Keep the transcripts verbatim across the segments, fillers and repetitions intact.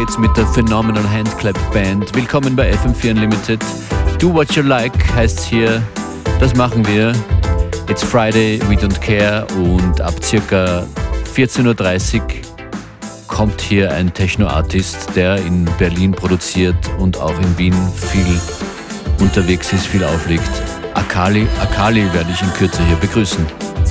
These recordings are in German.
geht's mit der Phenomenal Handclap Band. Willkommen bei F M vier Unlimited. Do What You Like heißt's hier. Das machen wir. It's Friday, we don't care. Und ab circa vierzehn Uhr dreißig kommt hier ein Techno-Artist, der in Berlin produziert und auch in Wien viel unterwegs ist, viel auflegt. Akali, Akali werde ich in Kürze hier begrüßen.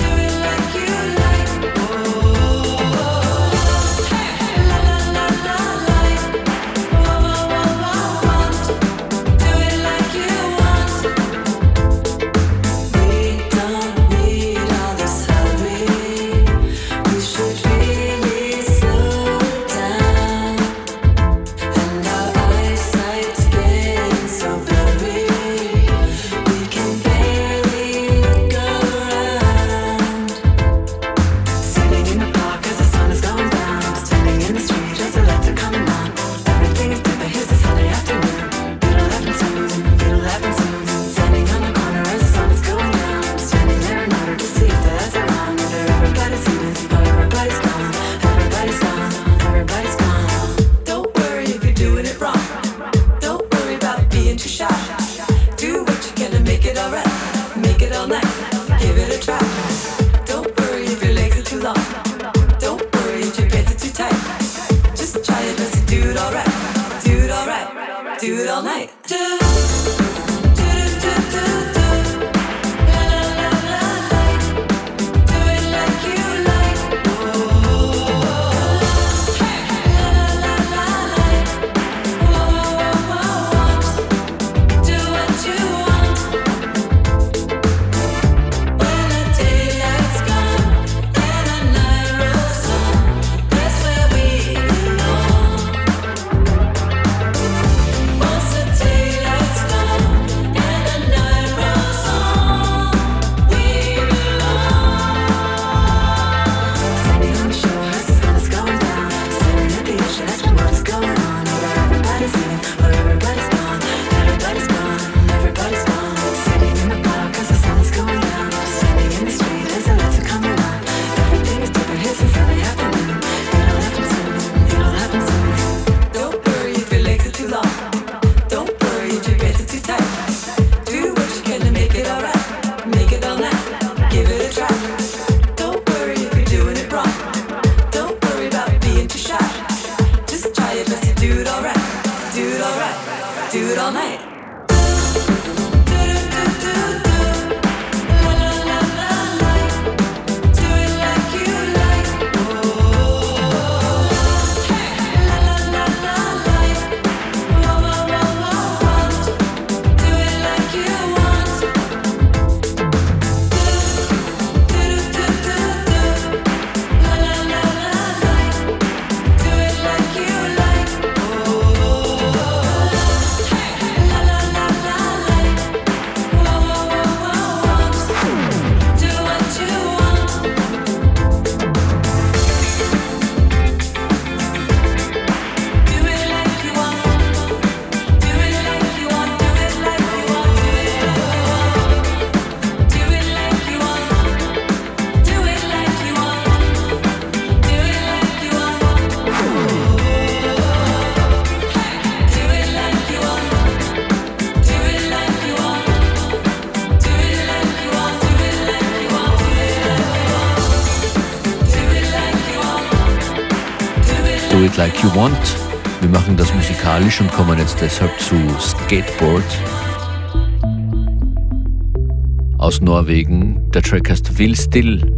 Do It Like You Want. Wir machen das musikalisch und kommen jetzt deshalb zu Skateboard aus Norwegen. Der Track heißt Will Still.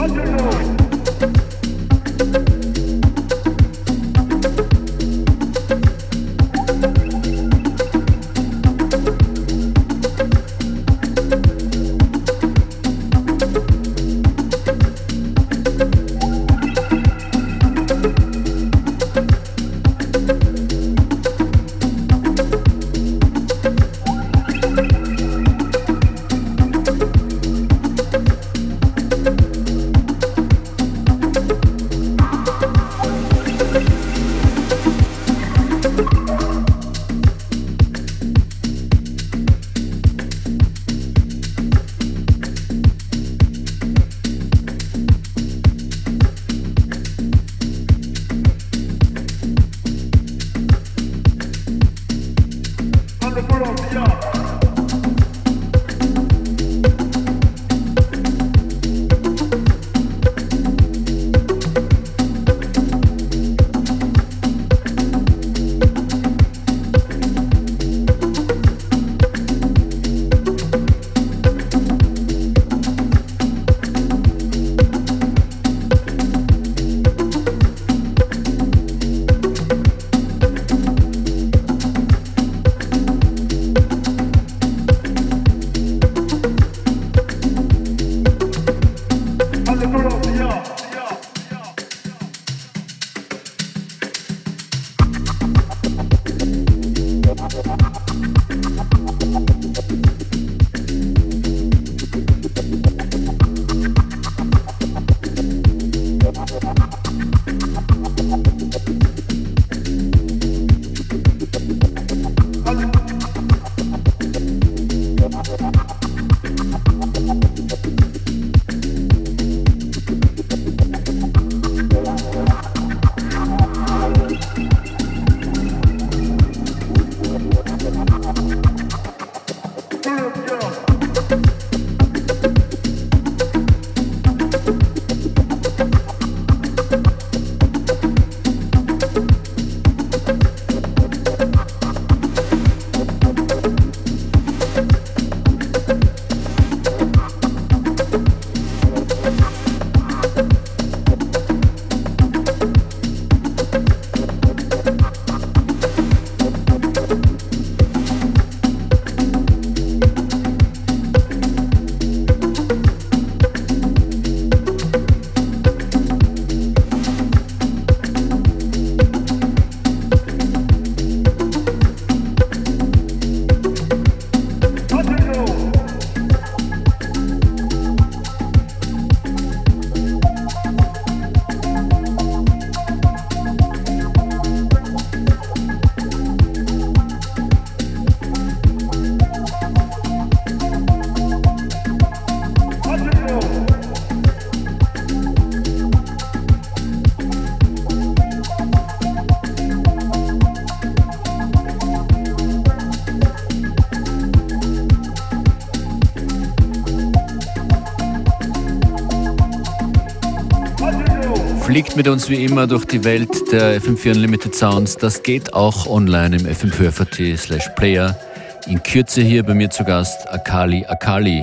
Fliegt mit uns wie immer durch die Welt der F M vier Unlimited Sounds. Das geht auch online im f m vier punkt f a t slash player. In Kürze hier bei mir zu Gast Akali Akali.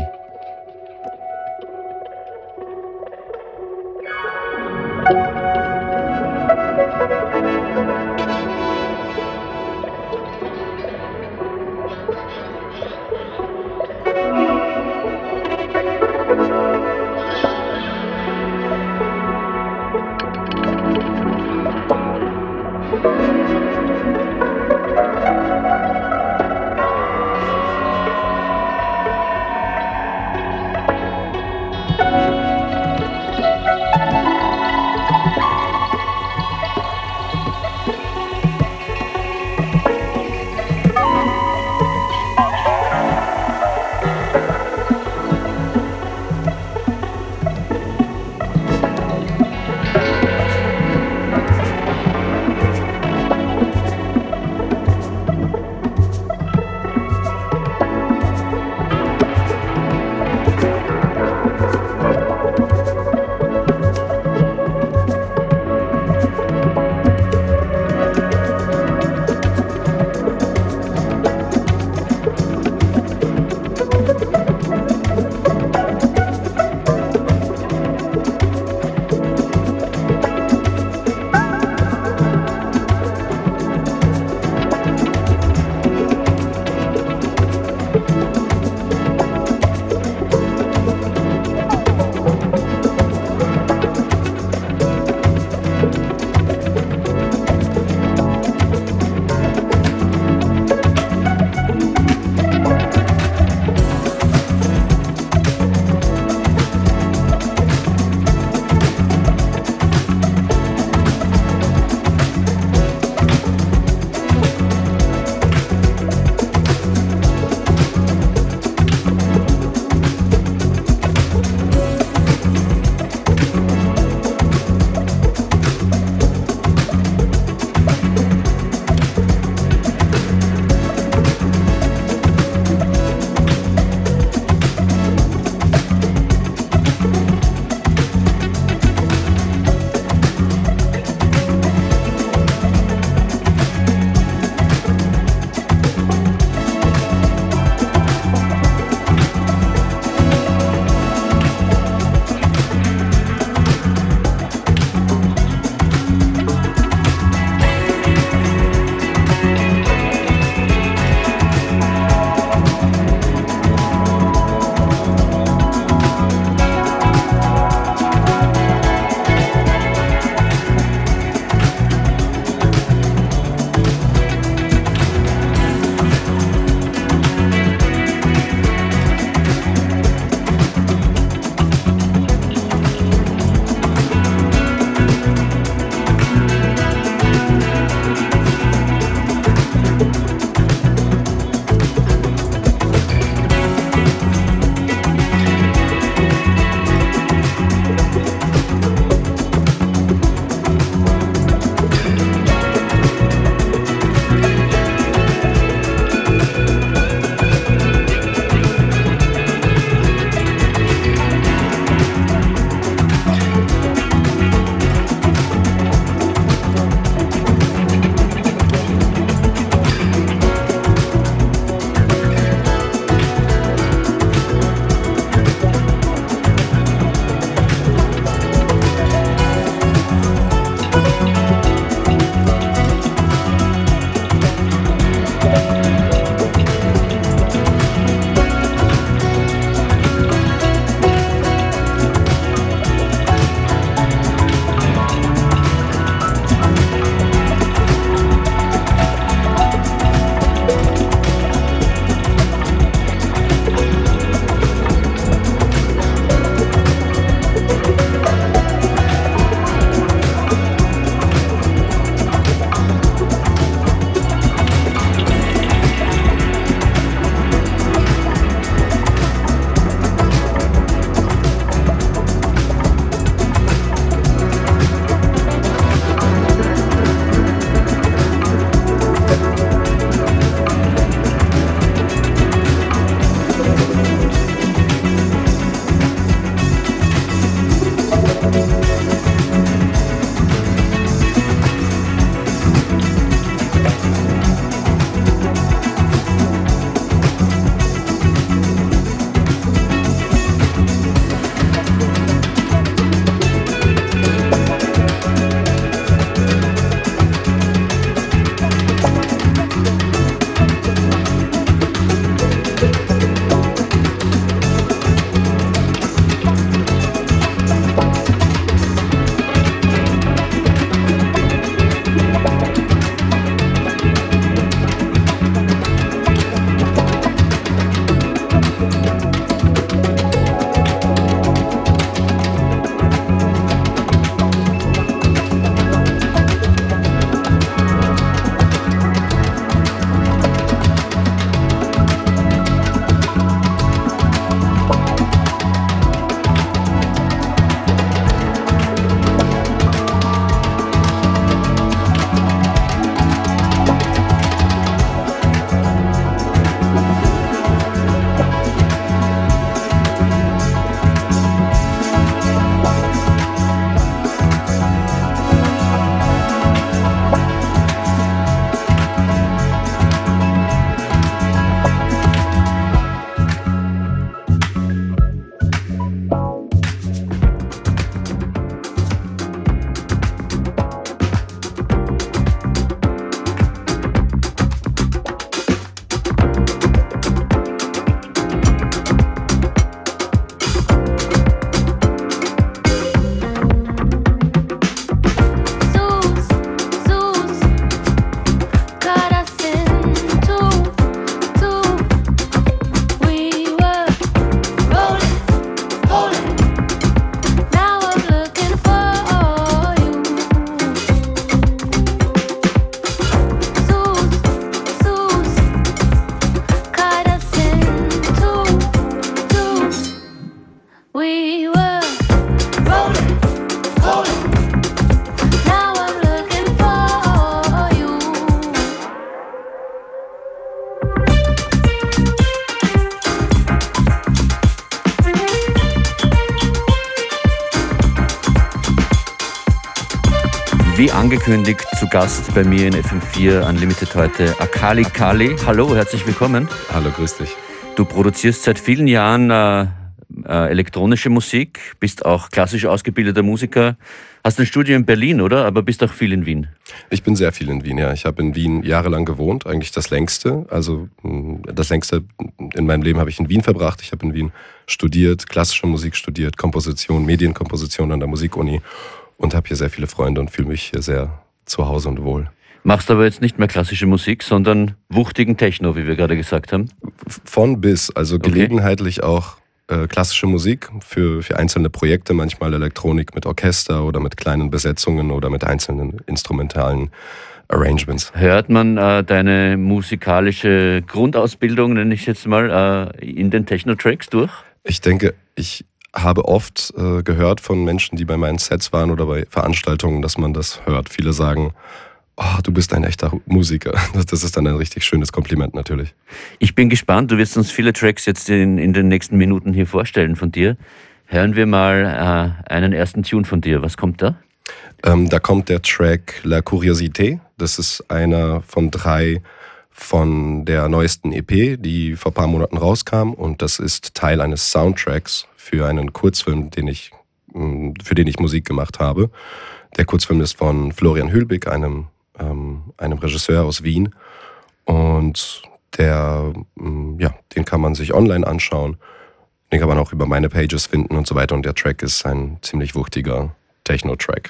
Wie angekündigt, zu Gast bei mir in F M vier Unlimited heute Akali Kali. Hallo, herzlich willkommen. Hallo, grüß dich. Du produzierst seit vielen Jahren äh, äh, elektronische Musik, bist auch klassisch ausgebildeter Musiker, hast ein Studio in Berlin, oder? Aber bist auch viel in Wien. Ich bin sehr viel in Wien, ja. Ich habe in Wien jahrelang gewohnt, eigentlich das längste. Also das längste in meinem Leben habe ich in Wien verbracht. Ich habe in Wien studiert, klassische Musik studiert, Komposition, Medienkomposition an der Musikuni und habe hier sehr viele Freunde und fühle mich hier sehr zu Hause und wohl. Machst aber jetzt nicht mehr klassische Musik, sondern wuchtigen Techno, wie wir gerade gesagt haben? Von bis, also gelegenheitlich auch äh, klassische Musik für, für einzelne Projekte, manchmal Elektronik mit Orchester oder mit kleinen Besetzungen oder mit einzelnen instrumentalen Arrangements. Hört man äh, deine musikalische Grundausbildung, nenne ich jetzt mal, äh, in den Techno-Tracks durch? Ich denke, ich habe oft äh, gehört von Menschen, die bei meinen Sets waren oder bei Veranstaltungen, dass man das hört. Viele sagen, oh, du bist ein echter Musiker. Das ist dann ein richtig schönes Kompliment natürlich. Ich bin gespannt, du wirst uns viele Tracks jetzt in, in den nächsten Minuten hier vorstellen von dir. Hören wir mal äh, einen ersten Tune von dir. Was kommt da? Ähm, da kommt der Track La Curiosité. Das ist einer von drei von der neuesten E P, die vor ein paar Monaten rauskam. Und das ist Teil eines Soundtracks für einen Kurzfilm, den ich, für den ich Musik gemacht habe. Der Kurzfilm ist von Florian Hülbig, einem, ähm, einem Regisseur aus Wien. Und der, ja, den kann man sich online anschauen. Den kann man auch über meine Pages finden und so weiter. Und der Track ist ein ziemlich wuchtiger Techno-Track.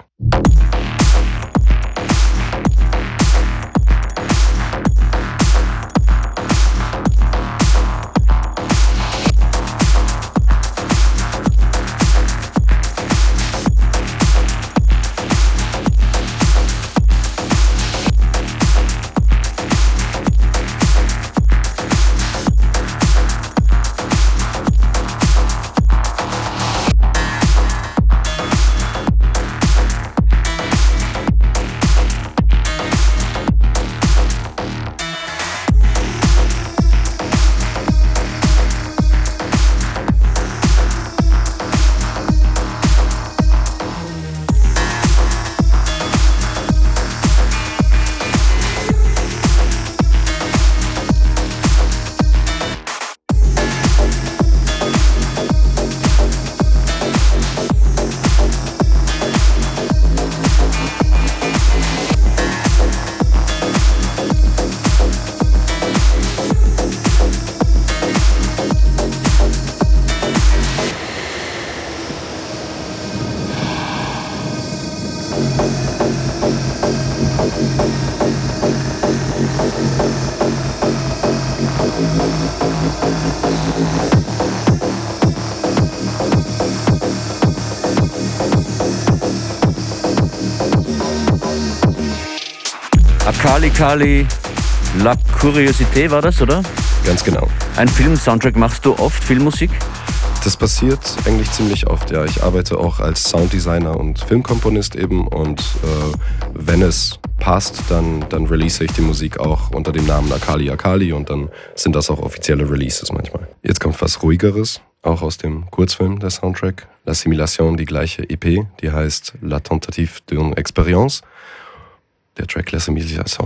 Akali Kali, La Curiosité war das, oder? Ganz genau. Ein Film-Soundtrack, machst du oft Filmmusik? Das passiert eigentlich ziemlich oft, ja. Ich arbeite auch als Sounddesigner und Filmkomponist eben und äh, wenn es passt, dann, dann release ich die Musik auch unter dem Namen Akali Akali und dann sind das auch offizielle Releases manchmal. Jetzt kommt was Ruhigeres, auch aus dem Kurzfilm, der Soundtrack. La Simulation, die gleiche E P, die heißt La Tentative d'une Expérience. Der Track La Simulation.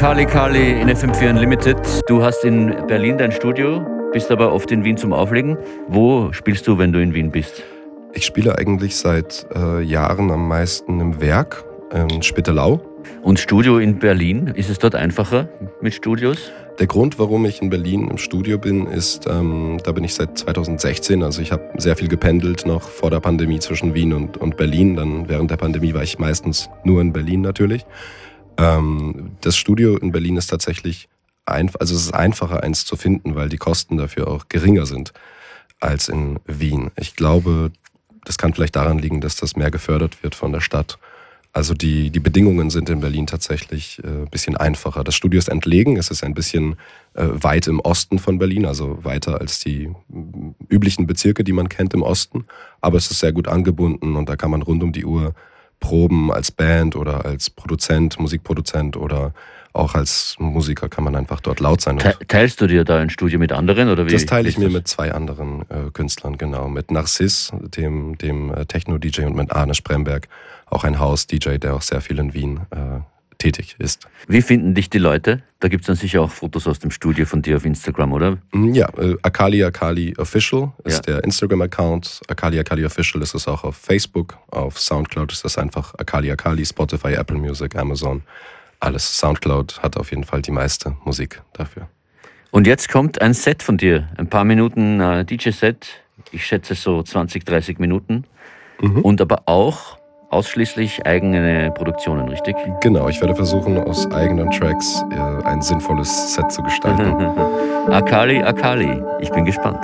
Akali Kali in F M vier Unlimited. Du hast in Berlin dein Studio, bist aber oft in Wien zum Auflegen. Wo spielst du, wenn du in Wien bist? Ich spiele eigentlich seit äh, Jahren am meisten im Werk in Spittelau. Und Studio in Berlin, ist es dort einfacher mit Studios? Der Grund, warum ich in Berlin im Studio bin, ist, ähm, da bin ich seit zweitausendsechzehn, also ich habe sehr viel gependelt noch vor der Pandemie zwischen Wien und, und Berlin. Dann während der Pandemie war ich meistens nur in Berlin natürlich. Ähm, das Studio in Berlin ist tatsächlich, einf- also es ist einfacher, eins zu finden, weil die Kosten dafür auch geringer sind als in Wien. Ich glaube, das kann vielleicht daran liegen, dass das mehr gefördert wird von der Stadt. Also die, die Bedingungen sind in Berlin tatsächlich äh, ein bisschen einfacher. Das Studio ist entlegen, es ist ein bisschen äh, weit im Osten von Berlin, also weiter als die m, üblichen Bezirke, die man kennt im Osten. Aber es ist sehr gut angebunden und da kann man rund um die Uhr proben als Band oder als Produzent, Musikproduzent oder auch als Musiker kann man einfach dort laut sein. Te- Teilst du dir da ein Studio mit anderen? Oder wie? Das teile ich ist mir das? mit zwei anderen äh, Künstlern, genau. Mit Narciss, dem, dem äh, Techno-D J, und mit Arne Spremberg, auch ein House-D J, der auch sehr viel in Wien äh, tätig ist. Wie finden dich die Leute? Da gibt es dann sicher auch Fotos aus dem Studio von dir auf Instagram, oder? Ja, äh, Akali Akali Official ist Ja. der Instagram-Account. Akali Akali Official ist es auch auf Facebook. Auf Soundcloud ist das einfach Akali Akali, Spotify, Apple Music, Amazon. Alles. Soundcloud hat auf jeden Fall die meiste Musik dafür. Und jetzt kommt ein Set von dir. Ein paar Minuten äh, D J-Set. Ich schätze so zwanzig, dreißig Minuten. Mhm. Und aber auch ausschließlich eigene Produktionen, richtig? Genau, ich werde versuchen, aus eigenen Tracks äh, ein sinnvolles Set zu gestalten. Akali Akali. Ich bin gespannt.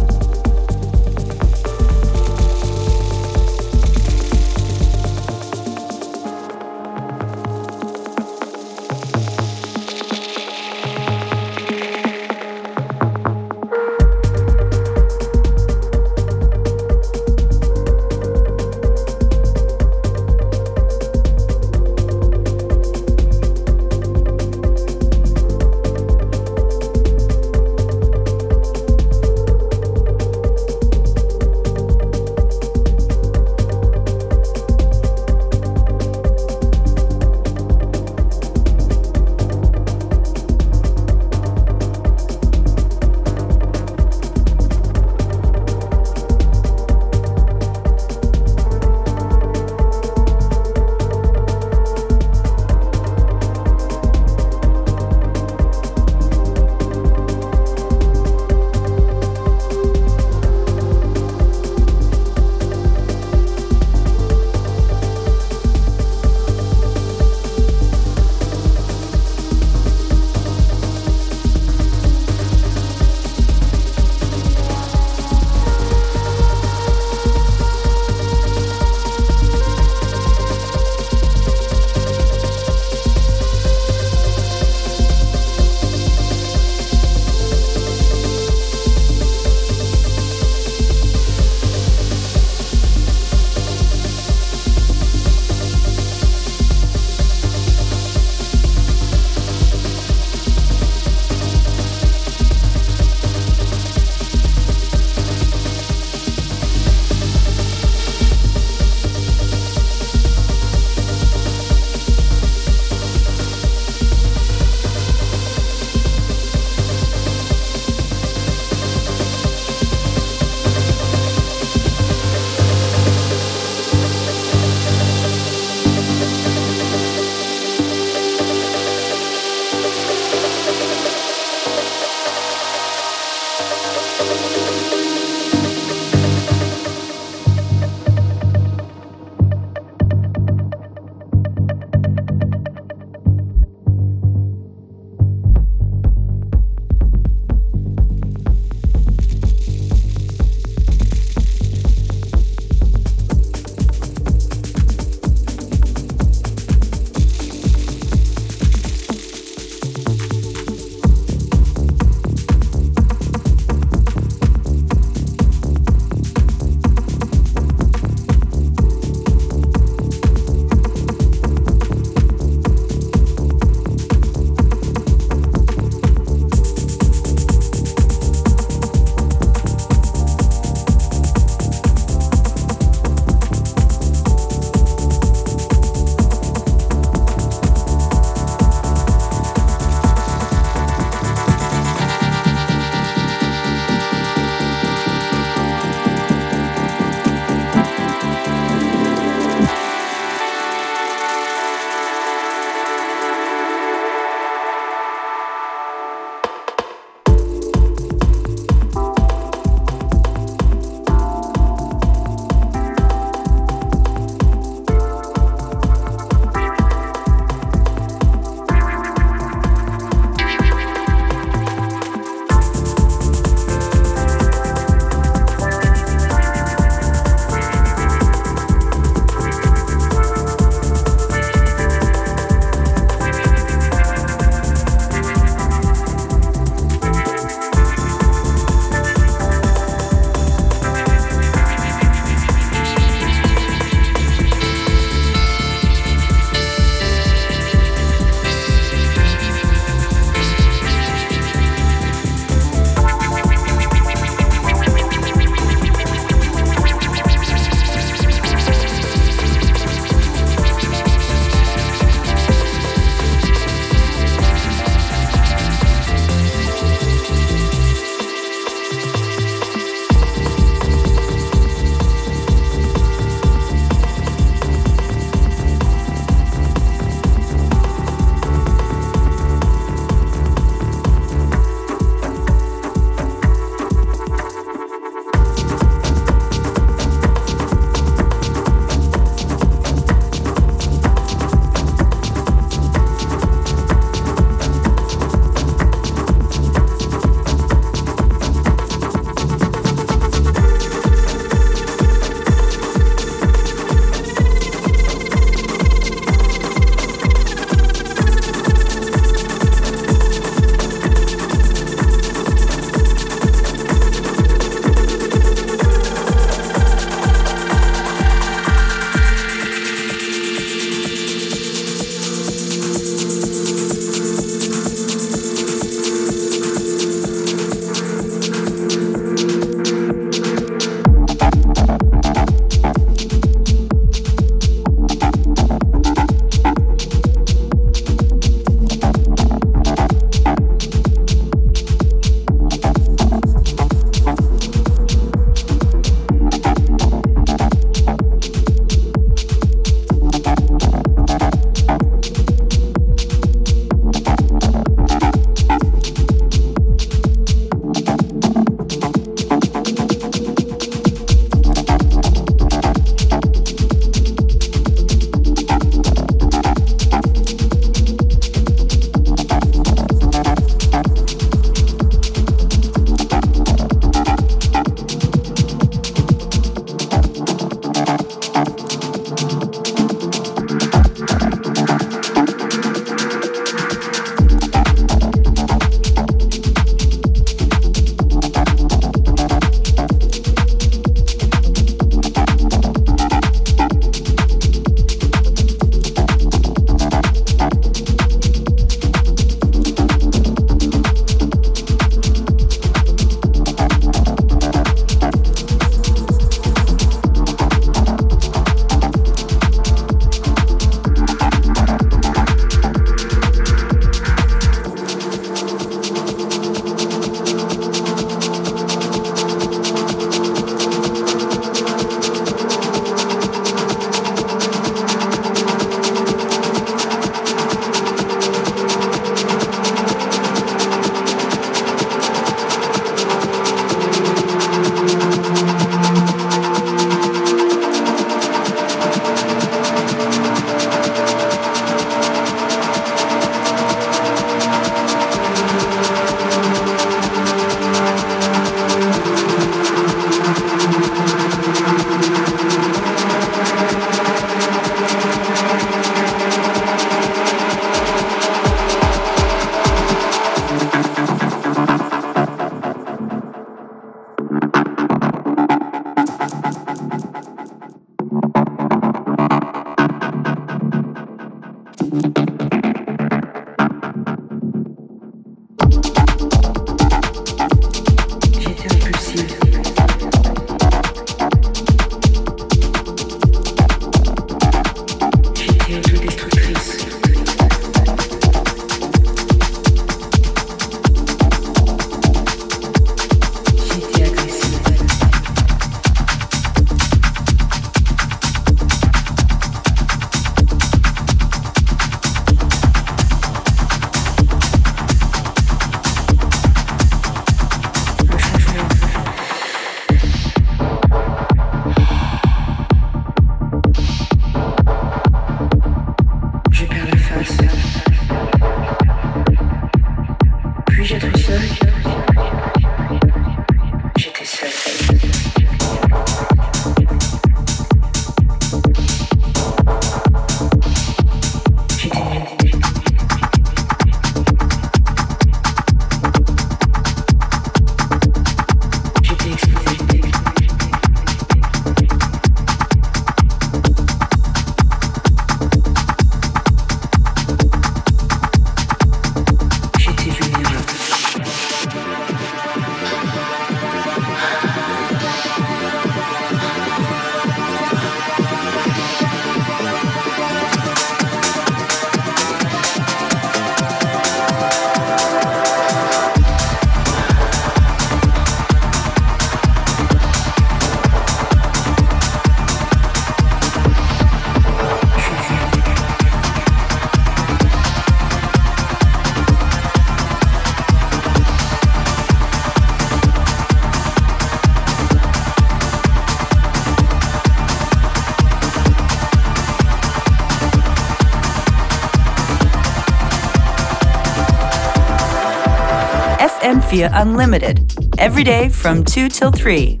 F M four Unlimited, every day from two till three.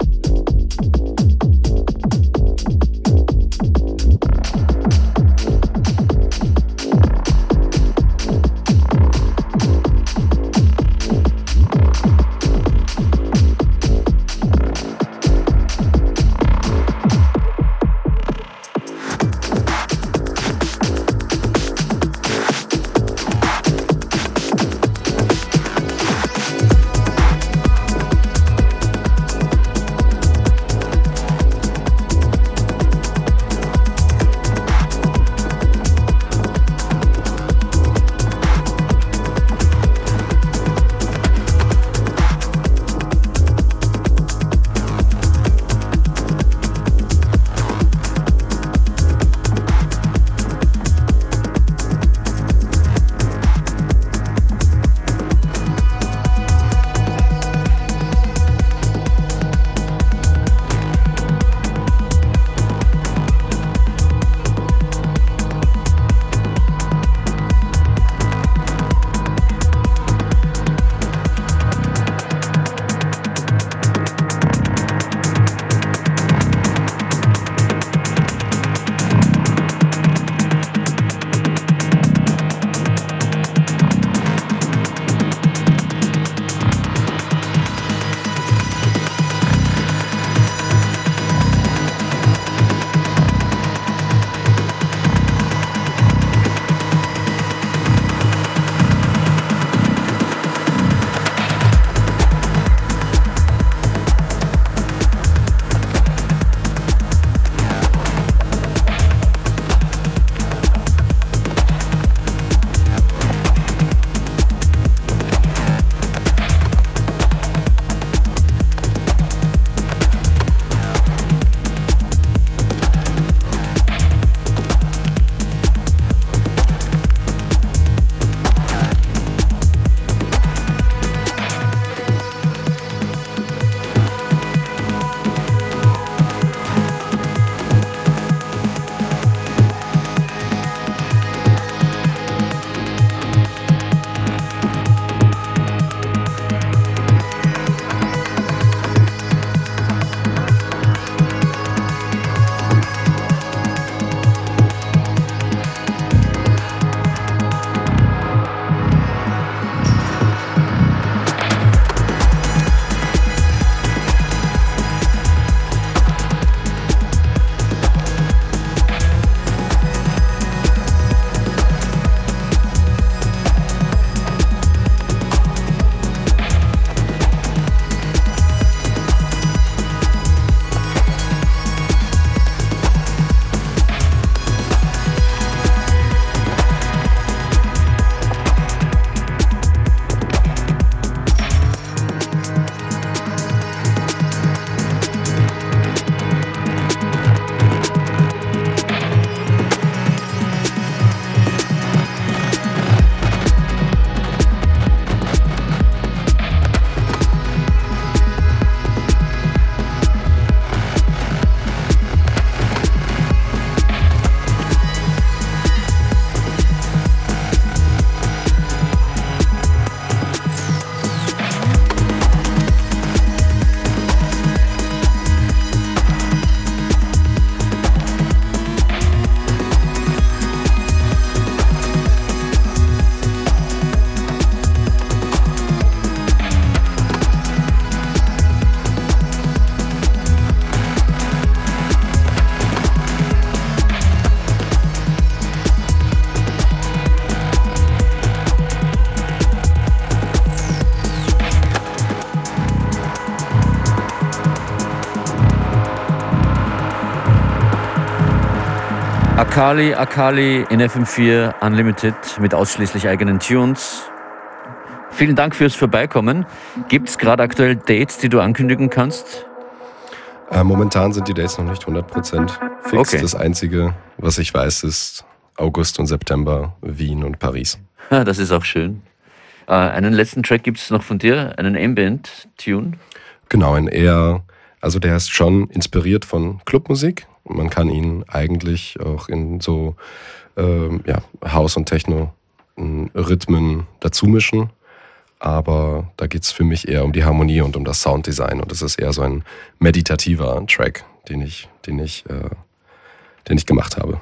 Akali, Akali in F M vier Unlimited mit ausschließlich eigenen Tunes. Vielen Dank fürs Vorbeikommen. Gibt es gerade aktuell Dates, die du ankündigen kannst? Äh, momentan sind die Dates noch nicht hundert Prozent fix. Okay. Das Einzige, was ich weiß, ist August und September, Wien und Paris. Ah, das ist auch schön. Äh, einen letzten Track gibt es noch von dir, einen Ambient-Tune. Genau, ein eher, also der ist schon inspiriert von Clubmusik. Man kann ihn eigentlich auch in so ähm, ja, House- und Techno-Rhythmen dazu mischen. Aber da geht es für mich eher um die Harmonie und um das Sounddesign. Und es ist eher so ein meditativer Track, den ich, den ich, äh, den ich gemacht habe.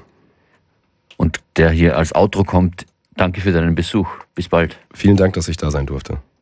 Und der hier als Outro kommt. Danke für deinen Besuch. Bis bald. Vielen Dank, dass ich da sein durfte.